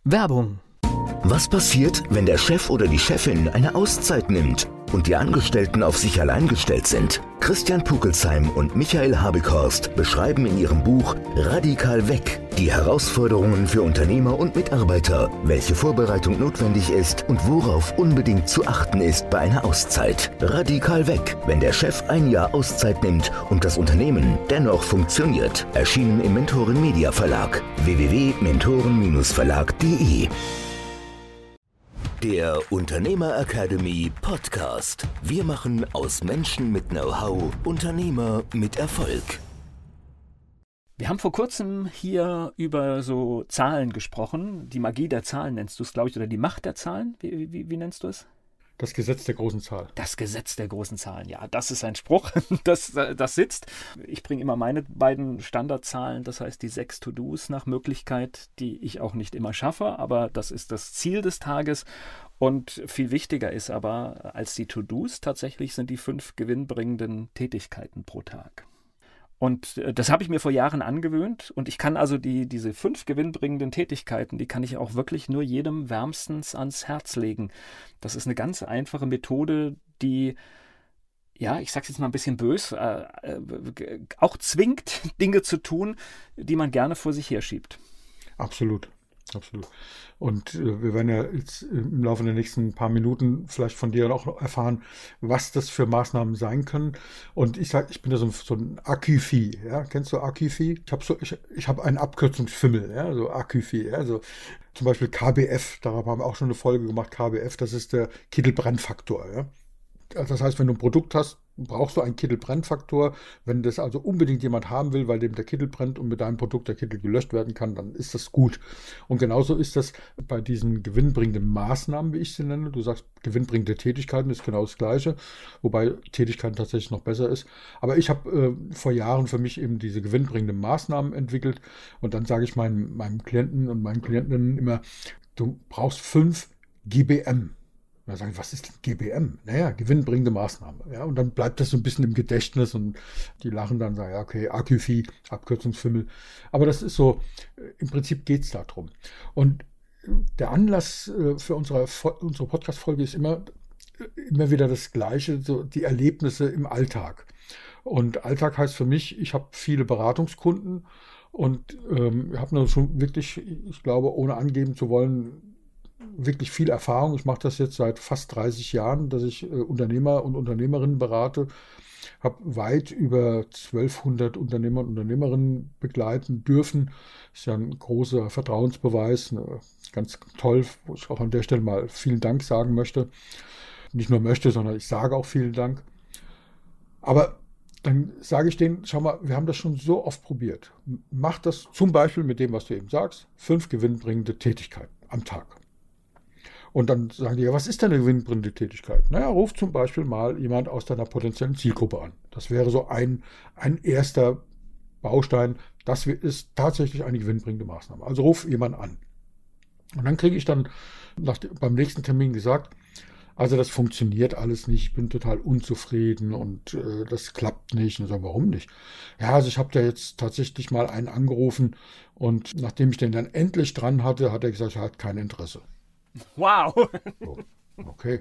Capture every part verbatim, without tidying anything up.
Werbung. Was passiert, wenn der Chef oder die Chefin eine Auszeit nimmt und die Angestellten auf sich allein gestellt sind? Christian Pukelsheim und Michael Habekhorst beschreiben in ihrem Buch Radikal weg die Herausforderungen für Unternehmer und Mitarbeiter, welche Vorbereitung notwendig ist und worauf unbedingt zu achten ist bei einer Auszeit. Radikal weg, wenn der Chef ein Jahr Auszeit nimmt und das Unternehmen dennoch funktioniert. Erschienen im Mentoren Media Verlag. w w w punkt mentoren verlag punkt de Der Unternehmer Academy Podcast. Wir machen aus Menschen mit Know-how Unternehmer mit Erfolg. Wir haben vor kurzem hier über so Zahlen gesprochen. Die Magie der Zahlen nennst du es, glaube ich, oder die Macht der Zahlen. Wie, wie, wie nennst du es? Das Gesetz der großen Zahl. Das Gesetz der großen Zahlen, ja, das ist ein Spruch, das, das sitzt. Ich bringe immer meine beiden Standardzahlen, das heißt die sechs To-Dos nach Möglichkeit, die ich auch nicht immer schaffe, aber das ist das Ziel des Tages. Und viel wichtiger ist aber als die To-Dos tatsächlich sind die fünf gewinnbringenden Tätigkeiten pro Tag. Und das habe ich mir vor Jahren angewöhnt und ich kann also die, diese fünf gewinnbringenden Tätigkeiten, die kann ich auch wirklich nur jedem wärmstens ans Herz legen. Das ist eine ganz einfache Methode, die, ja, ich sage es jetzt mal ein bisschen bös, äh, äh, auch zwingt, Dinge zu tun, die man gerne vor sich herschiebt. Absolut. Absolut. Und äh, wir werden ja jetzt im Laufe der nächsten paar Minuten vielleicht von dir auch erfahren, was das für Maßnahmen sein können. Und ich sage, ich bin ja so ein, so ein Aküfi, ja, kennst du Aküfi? Ich habe so, ich, ich habe einen Abkürzungsfimmel, ja, so Aküfi, ja, so zum Beispiel K B F, darüber haben wir auch schon eine Folge gemacht, K B F, das ist der Kittelbrennfaktor, ja. Das heißt, wenn du ein Produkt hast, brauchst du einen Kittelbrennfaktor. Wenn das also unbedingt jemand haben will, weil dem der Kittel brennt und mit deinem Produkt der Kittel gelöscht werden kann, dann ist das gut. Und genauso ist das bei diesen gewinnbringenden Maßnahmen, wie ich sie nenne. Du sagst, gewinnbringende Tätigkeiten ist genau das Gleiche, wobei Tätigkeiten tatsächlich noch besser ist. Aber ich habe äh, vor Jahren für mich eben diese gewinnbringenden Maßnahmen entwickelt und dann sage ich meinen, meinem Klienten und meinen Klientinnen immer, du brauchst fünf G B M. Und dann sagen, was ist denn G B M? Naja, gewinnbringende Maßnahme. Ja, und dann bleibt das so ein bisschen im Gedächtnis und die lachen dann, sagen, ja, okay, Aküfi, Abkürzungsfimmel. Aber das ist so, im Prinzip geht es darum. Und der Anlass für unsere, unsere Podcast-Folge ist immer, immer wieder das Gleiche, so die Erlebnisse im Alltag. Und Alltag heißt für mich, ich habe viele Beratungskunden und ähm, habe nur schon wirklich, ich glaube, ohne angeben zu wollen, wirklich viel Erfahrung. Ich mache das jetzt seit fast dreißig Jahren, dass ich äh, Unternehmer und Unternehmerinnen berate. Habe weit über zwölfhundert Unternehmer und Unternehmerinnen begleiten dürfen. Ist ja ein großer Vertrauensbeweis. Ne, ganz toll, wo ich auch an der Stelle mal vielen Dank sagen möchte. Nicht nur möchte, sondern ich sage auch vielen Dank. Aber dann sage ich denen, schau mal, wir haben das schon so oft probiert. Mach das zum Beispiel mit dem, was du eben sagst, fünf gewinnbringende Tätigkeiten am Tag. Und dann sagen die, ja, was ist denn eine gewinnbringende Tätigkeit? Naja, ruf zum Beispiel mal jemand aus deiner potenziellen Zielgruppe an. Das wäre so ein, ein erster Baustein. Das ist tatsächlich eine gewinnbringende Maßnahme. Also ruf jemanden an. Und dann kriege ich dann nach, beim nächsten Termin gesagt, also das funktioniert alles nicht, ich bin total unzufrieden und äh, das klappt nicht. Und ich sage, warum nicht? Ja, also ich habe da jetzt tatsächlich mal einen angerufen und nachdem ich den dann endlich dran hatte, hat er gesagt, er hat kein Interesse. Wow! So, okay.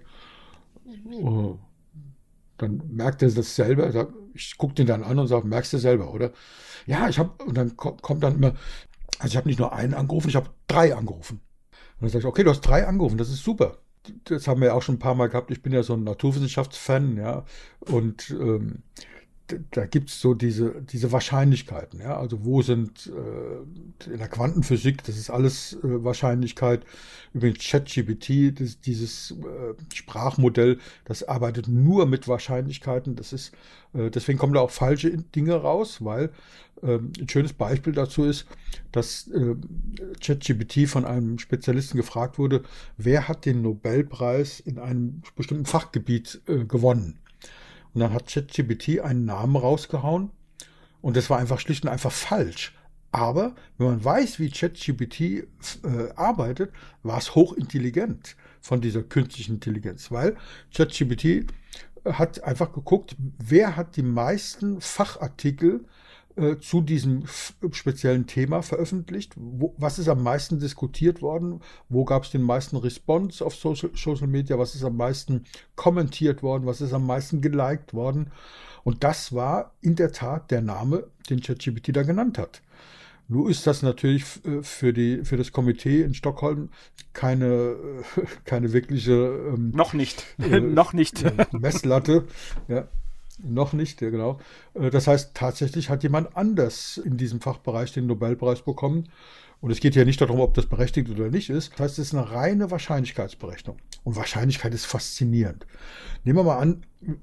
Uh, dann merkt er das selber. Ich gucke den dann an und sage, merkst du selber, oder? Ja, ich habe, und dann kommt dann immer, also ich habe nicht nur einen angerufen, ich habe drei angerufen. Und dann sage ich, okay, du hast drei angerufen, das ist super. Das haben wir ja auch schon ein paar Mal gehabt. Ich bin ja so ein Naturwissenschaftsfan, ja, und ähm, da gibt es so diese, diese Wahrscheinlichkeiten, ja, also wo sind äh, in der Quantenphysik, das ist alles äh, Wahrscheinlichkeit, übrigens ChatGPT, das, dieses äh, Sprachmodell, das arbeitet nur mit Wahrscheinlichkeiten, das ist, äh, deswegen kommen da auch falsche Dinge raus, weil äh, ein schönes Beispiel dazu ist, dass äh, ChatGPT von einem Spezialisten gefragt wurde, wer hat den Nobelpreis in einem bestimmten Fachgebiet äh, gewonnen? Und dann hat ChatGPT einen Namen rausgehauen und das war einfach schlicht und einfach falsch. Aber wenn man weiß, wie ChatGPT äh, arbeitet, war es hochintelligent von dieser künstlichen Intelligenz, weil ChatGPT hat einfach geguckt, wer hat die meisten Fachartikel äh, zu diesem f- speziellen Thema veröffentlicht. Wo, was ist am meisten diskutiert worden? Wo gab es den meisten Response auf Social, Social Media? Was ist am meisten kommentiert worden? Was ist am meisten geliked worden? Und das war in der Tat der Name, den ChatGPT da genannt hat. Nun ist das natürlich für, die, für das Komitee in Stockholm keine, keine wirkliche ähm, Noch nicht. Äh, Noch nicht. äh, Messlatte. Ja, noch nicht, ja, genau. Äh, das heißt, tatsächlich hat jemand anders in diesem Fachbereich den Nobelpreis bekommen. Und es geht ja nicht darum, ob das berechtigt oder nicht ist. Das heißt, es ist eine reine Wahrscheinlichkeitsberechnung. Und Wahrscheinlichkeit ist faszinierend. Nehmen wir mal an,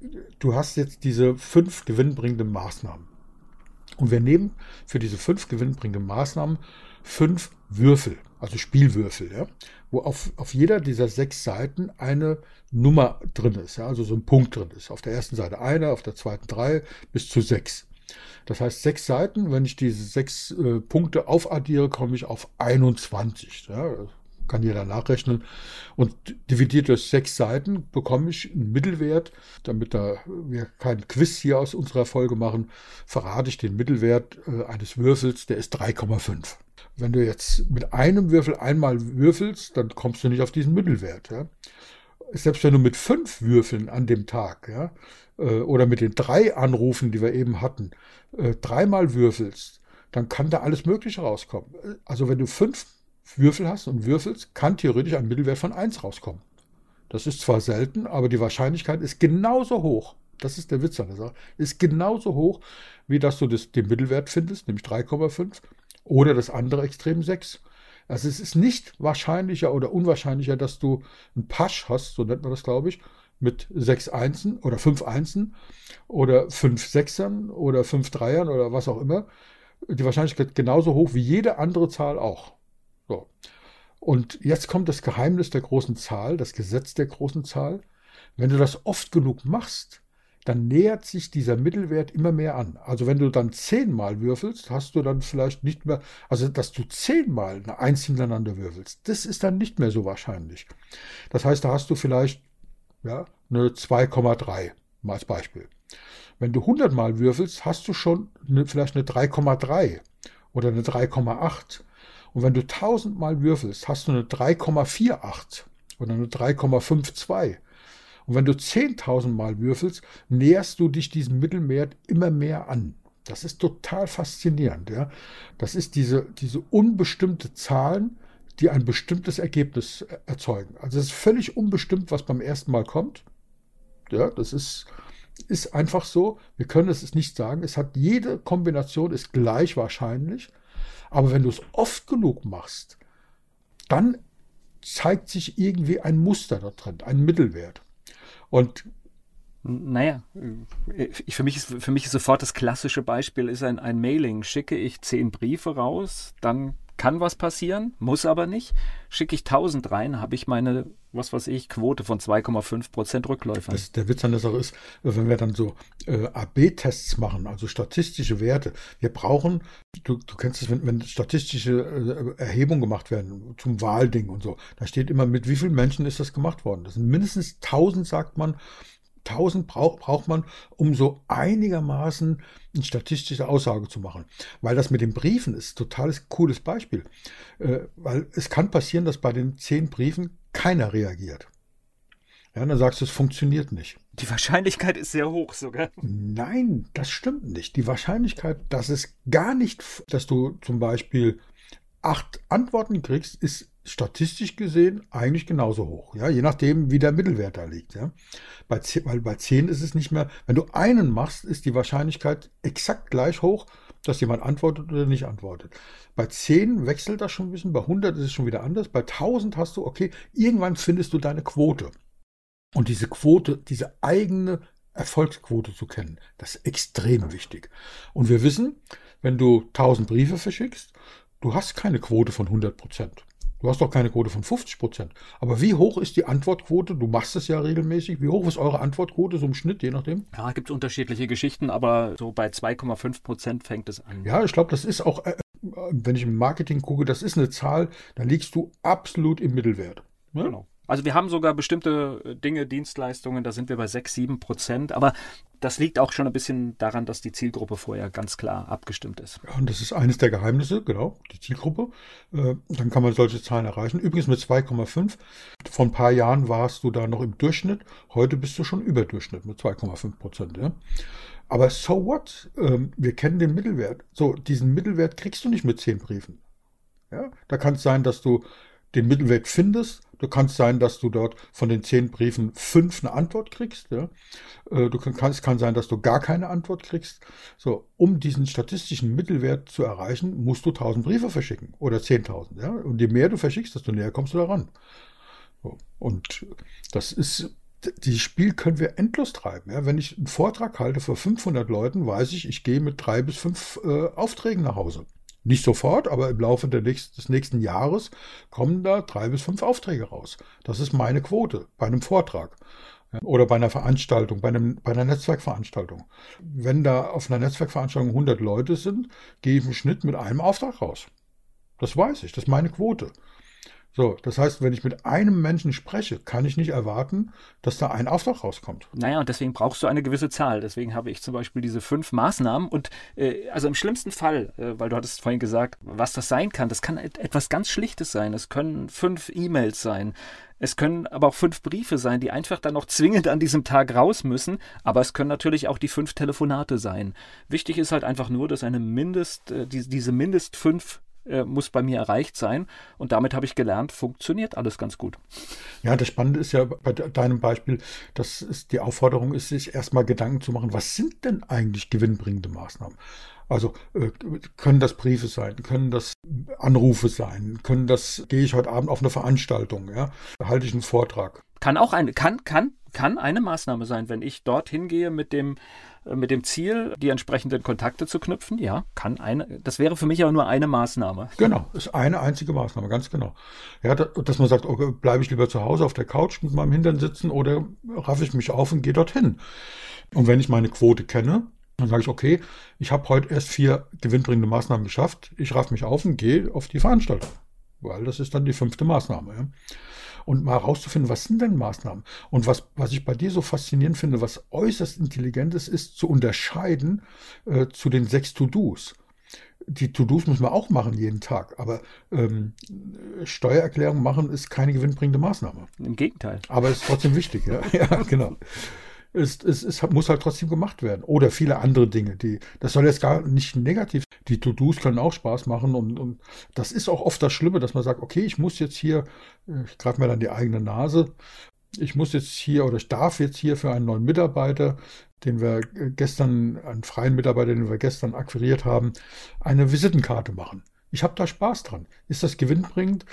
du hast jetzt diese fünf gewinnbringenden Maßnahmen. Und wir nehmen für diese fünf gewinnbringenden Maßnahmen fünf Würfel, also Spielwürfel, ja, wo auf, auf jeder dieser sechs Seiten eine Nummer drin ist, ja, also so ein Punkt drin ist. Auf der ersten Seite eine, auf der zweiten drei, bis zu sechs. Das heißt, sechs Seiten, wenn ich diese sechs äh, Punkte aufaddiere, komme ich auf einundzwanzig. Ja, kann jeder nachrechnen. Und dividiert durch sechs Seiten bekomme ich einen Mittelwert. Damit da wir keinen Quiz hier aus unserer Folge machen, verrate ich den Mittelwert äh, eines Würfels, der ist drei Komma fünf. Wenn du jetzt mit einem Würfel einmal würfelst, dann kommst du nicht auf diesen Mittelwert. Ja? Selbst wenn du mit fünf Würfeln an dem Tag, ja, äh, oder mit den drei Anrufen, die wir eben hatten, äh, dreimal würfelst, dann kann da alles Mögliche rauskommen. Also wenn du fünf Würfel hast und würfelst, kann theoretisch ein Mittelwert von eins rauskommen. Das ist zwar selten, aber die Wahrscheinlichkeit ist genauso hoch. Das ist der Witz an der Sache. Ist genauso hoch, wie dass du das, den Mittelwert findest, nämlich drei Komma fünf, oder das andere Extrem sechs. Also es ist nicht wahrscheinlicher oder unwahrscheinlicher, dass du einen Pasch hast, so nennt man das, glaube ich, mit sechs Einsen oder fünf Einsen oder fünf Sechsern oder fünf Dreiern oder was auch immer. Die Wahrscheinlichkeit ist genauso hoch wie jede andere Zahl auch. So. Und jetzt kommt das Geheimnis der großen Zahl, das Gesetz der großen Zahl. Wenn du das oft genug machst, dann nähert sich dieser Mittelwert immer mehr an. Also wenn du dann zehnmal würfelst, hast du dann vielleicht nicht mehr, also dass du zehnmal eine Eins hintereinander würfelst, das ist dann nicht mehr so wahrscheinlich. Das heißt, da hast du vielleicht ja, eine zwei Komma drei mal als Beispiel. Wenn du hundertmal würfelst, hast du schon eine, vielleicht eine drei Komma drei oder eine drei Komma acht. Und wenn du tausendmal würfelst, hast du eine drei Komma achtundvierzig oder eine drei Komma zweiundfünfzig. Und wenn du zehntausendmal würfelst, näherst du dich diesem Mittelwert immer mehr an. Das ist total faszinierend. Ja? Das ist diese, diese unbestimmte Zahlen, die ein bestimmtes Ergebnis erzeugen. Also es ist völlig unbestimmt, was beim ersten Mal kommt. Ja, das ist, ist einfach so. Wir können es nicht sagen. Es hat jede Kombination ist gleich wahrscheinlich. Aber wenn du es oft genug machst, dann zeigt sich irgendwie ein Muster da drin, ein Mittelwert. Und naja, ich, für, mich ist, für mich ist sofort das klassische Beispiel ist ein, ein Mailing. Schicke ich zehn Briefe raus, dann kann was passieren, muss aber nicht. Schicke ich tausend rein, habe ich meine, was weiß ich, Quote von zwei Komma fünf Prozent Rückläufern. Das, der Witz an der Sache ist, wenn wir dann so äh, A B Tests machen, also statistische Werte, wir brauchen, du, du kennst es, wenn, wenn statistische äh, Erhebungen gemacht werden zum Wahlding und so, da steht immer, mit wie vielen Menschen ist das gemacht worden. Das sind mindestens tausend, sagt man, tausend braucht, braucht man, um so einigermaßen eine statistische Aussage zu machen. Weil das mit den Briefen ist ein totales cooles Beispiel. Äh, weil es kann passieren, dass bei den zehn Briefen keiner reagiert. Ja, dann sagst du, es funktioniert nicht. Die Wahrscheinlichkeit ist sehr hoch sogar. Nein, das stimmt nicht. Die Wahrscheinlichkeit, dass es gar nicht, dass du zum Beispiel acht Antworten kriegst, ist statistisch gesehen eigentlich genauso hoch. Ja, je nachdem, wie der Mittelwert da liegt. Ja. Bei zehn, weil bei zehn ist es nicht mehr, wenn du einen machst, ist die Wahrscheinlichkeit exakt gleich hoch, dass jemand antwortet oder nicht antwortet. Bei zehn wechselt das schon ein bisschen, bei hundert ist es schon wieder anders, bei tausend hast du, okay, irgendwann findest du deine Quote. Und diese Quote, diese eigene Erfolgsquote zu kennen, das ist extrem wichtig. Und wir wissen, wenn du tausend Briefe verschickst, du hast keine Quote von hundert Prozent. Du hast doch keine Quote von fünfzig Prozent. Aber wie hoch ist die Antwortquote? Du machst es ja regelmäßig. Wie hoch ist eure Antwortquote so im Schnitt, je nachdem? Ja, gibt es unterschiedliche Geschichten, aber so bei zwei Komma fünf Prozent fängt es an. Ja, ich glaube, das ist auch, äh, wenn ich im Marketing gucke, das ist eine Zahl, da liegst du absolut im Mittelwert. Ja? Genau. Also wir haben sogar bestimmte Dinge, Dienstleistungen, da sind wir bei sechs, sieben Prozent, aber das liegt auch schon ein bisschen daran, dass die Zielgruppe vorher ganz klar abgestimmt ist. Ja, und das ist eines der Geheimnisse, genau, die Zielgruppe. Äh, dann kann man solche Zahlen erreichen. Übrigens mit zwei Komma fünf. Vor ein paar Jahren warst du da noch im Durchschnitt. Heute bist du schon über Durchschnitt mit zwei Komma fünf Prozent. Ja? Aber so what? Ähm, wir kennen den Mittelwert. So, diesen Mittelwert kriegst du nicht mit zehn Briefen. Ja? Da kann es sein, dass du den Mittelwert findest. Du kannst sein, dass du dort von den zehn Briefen fünf eine Antwort kriegst. Ja? Du kann, es kann sein, dass du gar keine Antwort kriegst. So, um diesen statistischen Mittelwert zu erreichen, musst du tausend Briefe verschicken oder zehntausend. Ja? Und je mehr du verschickst, desto näher kommst du daran. So, und das ist, dieses Spiel können wir endlos treiben. Ja? Wenn ich einen Vortrag halte für fünfhundert Leuten, weiß ich, ich gehe mit drei bis fünf äh, Aufträgen nach Hause. Nicht sofort, aber im Laufe der nächsten, des nächsten Jahres kommen da drei bis fünf Aufträge raus. Das ist meine Quote bei einem Vortrag oder bei einer Veranstaltung, bei, einem, bei einer Netzwerkveranstaltung. Wenn da auf einer Netzwerkveranstaltung hundert Leute sind, gehe ich im Schnitt mit einem Auftrag raus. Das weiß ich, das ist meine Quote. So, das heißt, wenn ich mit einem Menschen spreche, kann ich nicht erwarten, dass da ein Auftrag rauskommt. Naja, und deswegen brauchst du eine gewisse Zahl. Deswegen habe ich zum Beispiel diese fünf Maßnahmen. Und äh, also im schlimmsten Fall, äh, weil du hattest vorhin gesagt, was das sein kann, das kann et- etwas ganz Schlichtes sein. Es können fünf E-Mails sein. Es können aber auch fünf Briefe sein, die einfach dann noch zwingend an diesem Tag raus müssen. Aber es können natürlich auch die fünf Telefonate sein. Wichtig ist halt einfach nur, dass eine Mindest, äh, die, diese Mindest fünf muss bei mir erreicht sein. Und damit habe ich gelernt, funktioniert alles ganz gut. Ja, das Spannende ist ja bei deinem Beispiel, dass es die Aufforderung ist, sich erstmal Gedanken zu machen, was sind denn eigentlich gewinnbringende Maßnahmen? Also äh, können das Briefe sein, können das Anrufe sein, können das, gehe ich heute Abend auf eine Veranstaltung, ja, halte ich einen Vortrag. Kann auch eine, kann, kann, kann eine Maßnahme sein, wenn ich dorthin gehe mit dem mit dem Ziel, die entsprechenden Kontakte zu knüpfen, ja, kann eine, das wäre für mich aber nur eine Maßnahme. Genau, ist eine einzige Maßnahme, ganz genau. Ja, dass man sagt, okay, bleibe ich lieber zu Hause auf der Couch mit meinem Hintern sitzen oder raffe ich mich auf und gehe dorthin. Und wenn ich meine Quote kenne, dann sage ich, okay, ich habe heute erst vier gewinnbringende Maßnahmen geschafft, ich raffe mich auf und gehe auf die Veranstaltung, weil das ist dann die fünfte Maßnahme, ja. Und mal herauszufinden, was sind denn Maßnahmen? Und was, was ich bei dir so faszinierend finde, was äußerst intelligent ist, ist zu unterscheiden äh, zu den sechs To-Dos. Die To-Dos müssen wir auch machen jeden Tag, aber ähm, Steuererklärung machen ist keine gewinnbringende Maßnahme. Im Gegenteil. Aber es ist trotzdem wichtig, ja, ja genau. Es, es, es muss halt trotzdem gemacht werden. Oder viele andere Dinge. Die, das soll jetzt gar nicht negativ. Die To-Dos können auch Spaß machen. Und, und das ist auch oft das Schlimme, dass man sagt, okay, ich muss jetzt hier, ich greife mir dann die eigene Nase, ich muss jetzt hier oder ich darf jetzt hier für einen neuen Mitarbeiter, den wir gestern, einen freien Mitarbeiter, den wir gestern akquiriert haben, eine Visitenkarte machen. Ich habe da Spaß dran. Ist das gewinnbringend?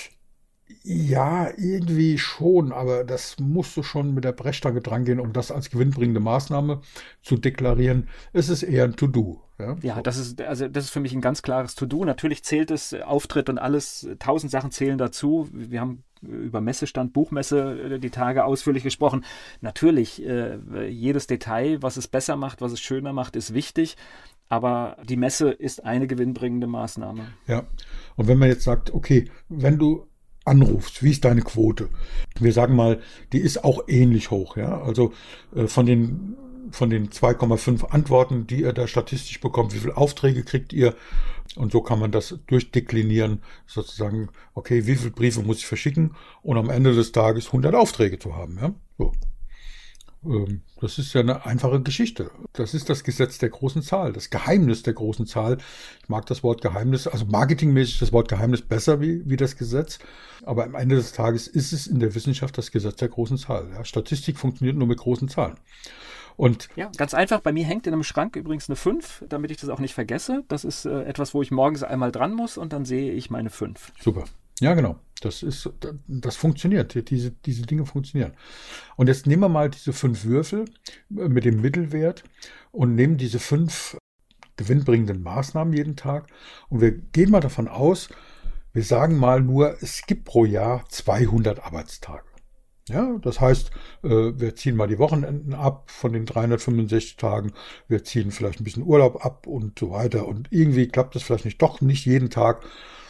Ja, irgendwie schon, aber das musst du schon mit der Brechstange drangehen, um das als gewinnbringende Maßnahme zu deklarieren. Es ist eher ein To-Do. Ja, ja so. das ist, also das ist für mich ein ganz klares To-Do. Natürlich zählt es, Auftritt und alles, tausend Sachen zählen dazu. Wir haben über Messestand, Buchmesse die Tage ausführlich gesprochen. Natürlich, äh, jedes Detail, was es besser macht, was es schöner macht, ist wichtig. Aber die Messe ist eine gewinnbringende Maßnahme. Ja, und wenn man jetzt sagt, okay, wenn du anrufst, wie ist deine Quote? Wir sagen mal, die ist auch ähnlich hoch, ja. Also äh, von den von den zwei Komma fünf Antworten, die ihr da statistisch bekommt, wie viele Aufträge kriegt ihr? Und so kann man das durchdeklinieren, sozusagen, okay, wie viele Briefe muss ich verschicken, und am Ende des Tages hundert Aufträge zu haben, ja. So. Ähm, das ist ja eine einfache Geschichte. Das ist das Gesetz der großen Zahl, das Geheimnis der großen Zahl. Ich mag das Wort Geheimnis, also marketingmäßig das Wort Geheimnis besser wie, wie das Gesetz. Aber am Ende des Tages ist es in der Wissenschaft das Gesetz der großen Zahl. Ja. Statistik funktioniert nur mit großen Zahlen. Und ja, ganz einfach, bei mir hängt in einem Schrank übrigens eine fünf, damit ich das auch nicht vergesse. Das ist äh, etwas, wo ich morgens einmal dran muss und dann sehe ich meine fünf. Super. Ja, genau. Das ist, das funktioniert. Diese, diese Dinge funktionieren. Und jetzt nehmen wir mal diese fünf Würfel mit dem Mittelwert und nehmen diese fünf gewinnbringenden Maßnahmen jeden Tag. Und wir gehen mal davon aus, wir sagen mal nur, es gibt pro Jahr zweihundert Arbeitstage. Ja, das heißt, wir ziehen mal die Wochenenden ab von den dreihundertfünfundsechzig Tagen, wir ziehen vielleicht ein bisschen Urlaub ab und so weiter. Und irgendwie klappt das vielleicht nicht, doch nicht jeden Tag.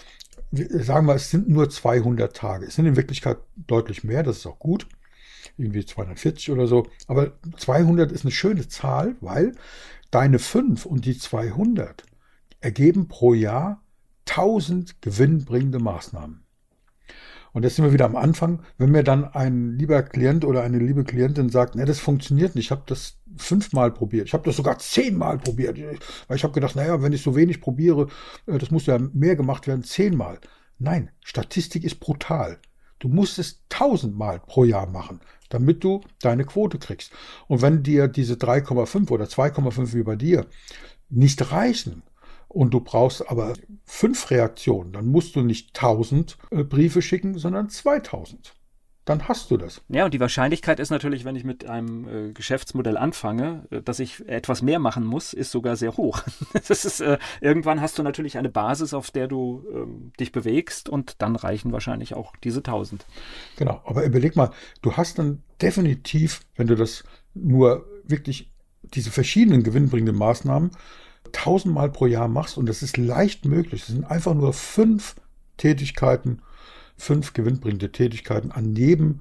sagen wir, es sind nur zweihundert Tage. Es sind in Wirklichkeit deutlich mehr, das ist auch gut. Irgendwie zweihundertvierzig oder so. Aber zweihundert ist eine schöne Zahl, weil deine fünf und die zweihundert ergeben pro Jahr tausend gewinnbringende Maßnahmen. Und das sind wir wieder am Anfang. Wenn mir dann ein lieber Klient oder eine liebe Klientin sagt, ne, das funktioniert nicht, ich habe das fünfmal probiert, ich habe das sogar zehnmal probiert, weil ich habe gedacht, naja, wenn ich so wenig probiere, das muss ja mehr gemacht werden, zehnmal. Nein, Statistik ist brutal. Du musst es tausendmal pro Jahr machen, damit du deine Quote kriegst. Und wenn dir diese drei Komma fünf oder zwei Komma fünf wie bei dir nicht reichen, und du brauchst aber fünf Reaktionen, dann musst du nicht tausend äh, Briefe schicken, sondern zweitausend. Dann hast du das. Ja, und die Wahrscheinlichkeit ist natürlich, wenn ich mit einem äh, Geschäftsmodell anfange, äh, dass ich etwas mehr machen muss, ist sogar sehr hoch. Das ist, äh, irgendwann hast du natürlich eine Basis, auf der du ähm, dich bewegst, und dann reichen wahrscheinlich auch diese tausend. Genau, aber überleg mal, du hast dann definitiv, wenn du das nur wirklich, diese verschiedenen gewinnbringenden Maßnahmen tausendmal pro Jahr machst, und das ist leicht möglich. Das sind einfach nur fünf Tätigkeiten, fünf gewinnbringende Tätigkeiten an jedem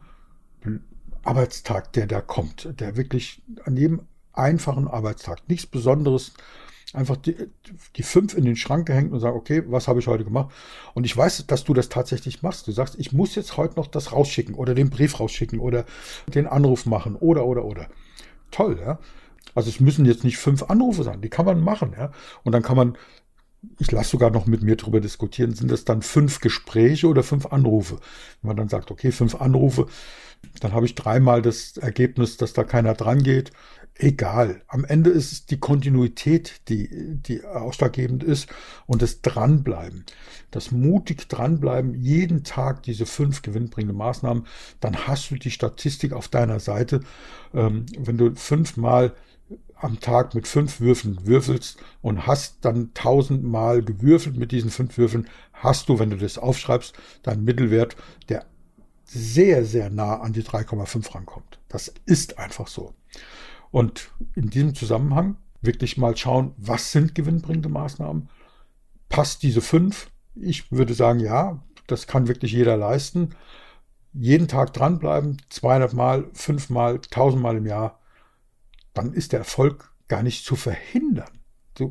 Arbeitstag, der da kommt, der wirklich an jedem einfachen Arbeitstag, nichts Besonderes, einfach die, die fünf in den Schrank gehängt und sagen, okay, was habe ich heute gemacht? Und ich weiß, dass du das tatsächlich machst. Du sagst, ich muss jetzt heute noch das rausschicken oder den Brief rausschicken oder den Anruf machen oder, oder, oder. Toll, ja. Also es müssen jetzt nicht fünf Anrufe sein, die kann man machen, ja. Und dann kann man, ich lasse sogar noch mit mir drüber diskutieren, sind das dann fünf Gespräche oder fünf Anrufe? Wenn man dann sagt, okay, fünf Anrufe, dann habe ich dreimal das Ergebnis, dass da keiner dran geht. Egal. Am Ende ist es die Kontinuität, die, die ausschlaggebend ist, und das Dranbleiben. Das mutig Dranbleiben, jeden Tag diese fünf gewinnbringende Maßnahmen, dann hast du die Statistik auf deiner Seite. Ähm, wenn du fünfmal am Tag mit fünf Würfeln würfelst und hast dann tausendmal gewürfelt mit diesen fünf Würfeln, hast du, wenn du das aufschreibst, deinen Mittelwert, der sehr, sehr nah an die drei Komma fünf rankommt. Das ist einfach so. Und in diesem Zusammenhang wirklich mal schauen, was sind gewinnbringende Maßnahmen? Passt diese fünf? Ich würde sagen, ja, das kann wirklich jeder leisten. Jeden Tag dranbleiben, zweihundert Mal, fünf Mal, tausend Mal im Jahr, dann ist der Erfolg gar nicht zu verhindern. So,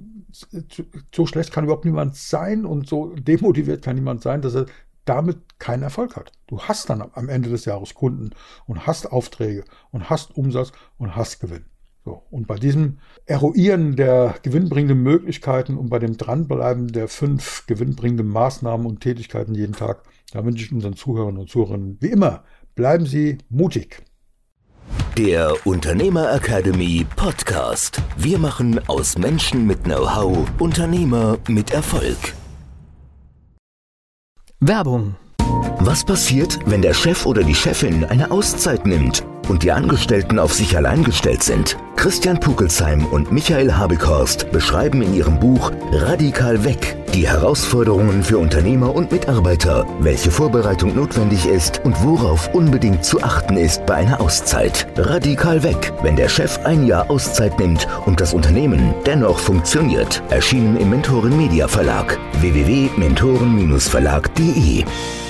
so schlecht kann überhaupt niemand sein und so demotiviert kann niemand sein, dass er damit keinen Erfolg hat. Du hast dann am Ende des Jahres Kunden und hast Aufträge und hast Umsatz und hast Gewinn. So, und bei diesem Eruieren der gewinnbringenden Möglichkeiten und bei dem Dranbleiben der fünf gewinnbringenden Maßnahmen und Tätigkeiten jeden Tag, da wünsche ich unseren Zuhörern und Zuhörerinnen wie immer, bleiben Sie mutig. Der Unternehmer Academy Podcast. Wir machen aus Menschen mit Know-how Unternehmer mit Erfolg. Werbung. Was passiert, wenn der Chef oder die Chefin eine Auszeit nimmt und die Angestellten auf sich allein gestellt sind? Christian Pukelsheim und Michael Habekhorst beschreiben in ihrem Buch Radikal weg die Herausforderungen für Unternehmer und Mitarbeiter, welche Vorbereitung notwendig ist und worauf unbedingt zu achten ist bei einer Auszeit. Radikal weg, wenn der Chef ein Jahr Auszeit nimmt und das Unternehmen dennoch funktioniert. Erschienen im Mentoren Media Verlag. w w w punkt mentoren Bindestrich verlag punkt de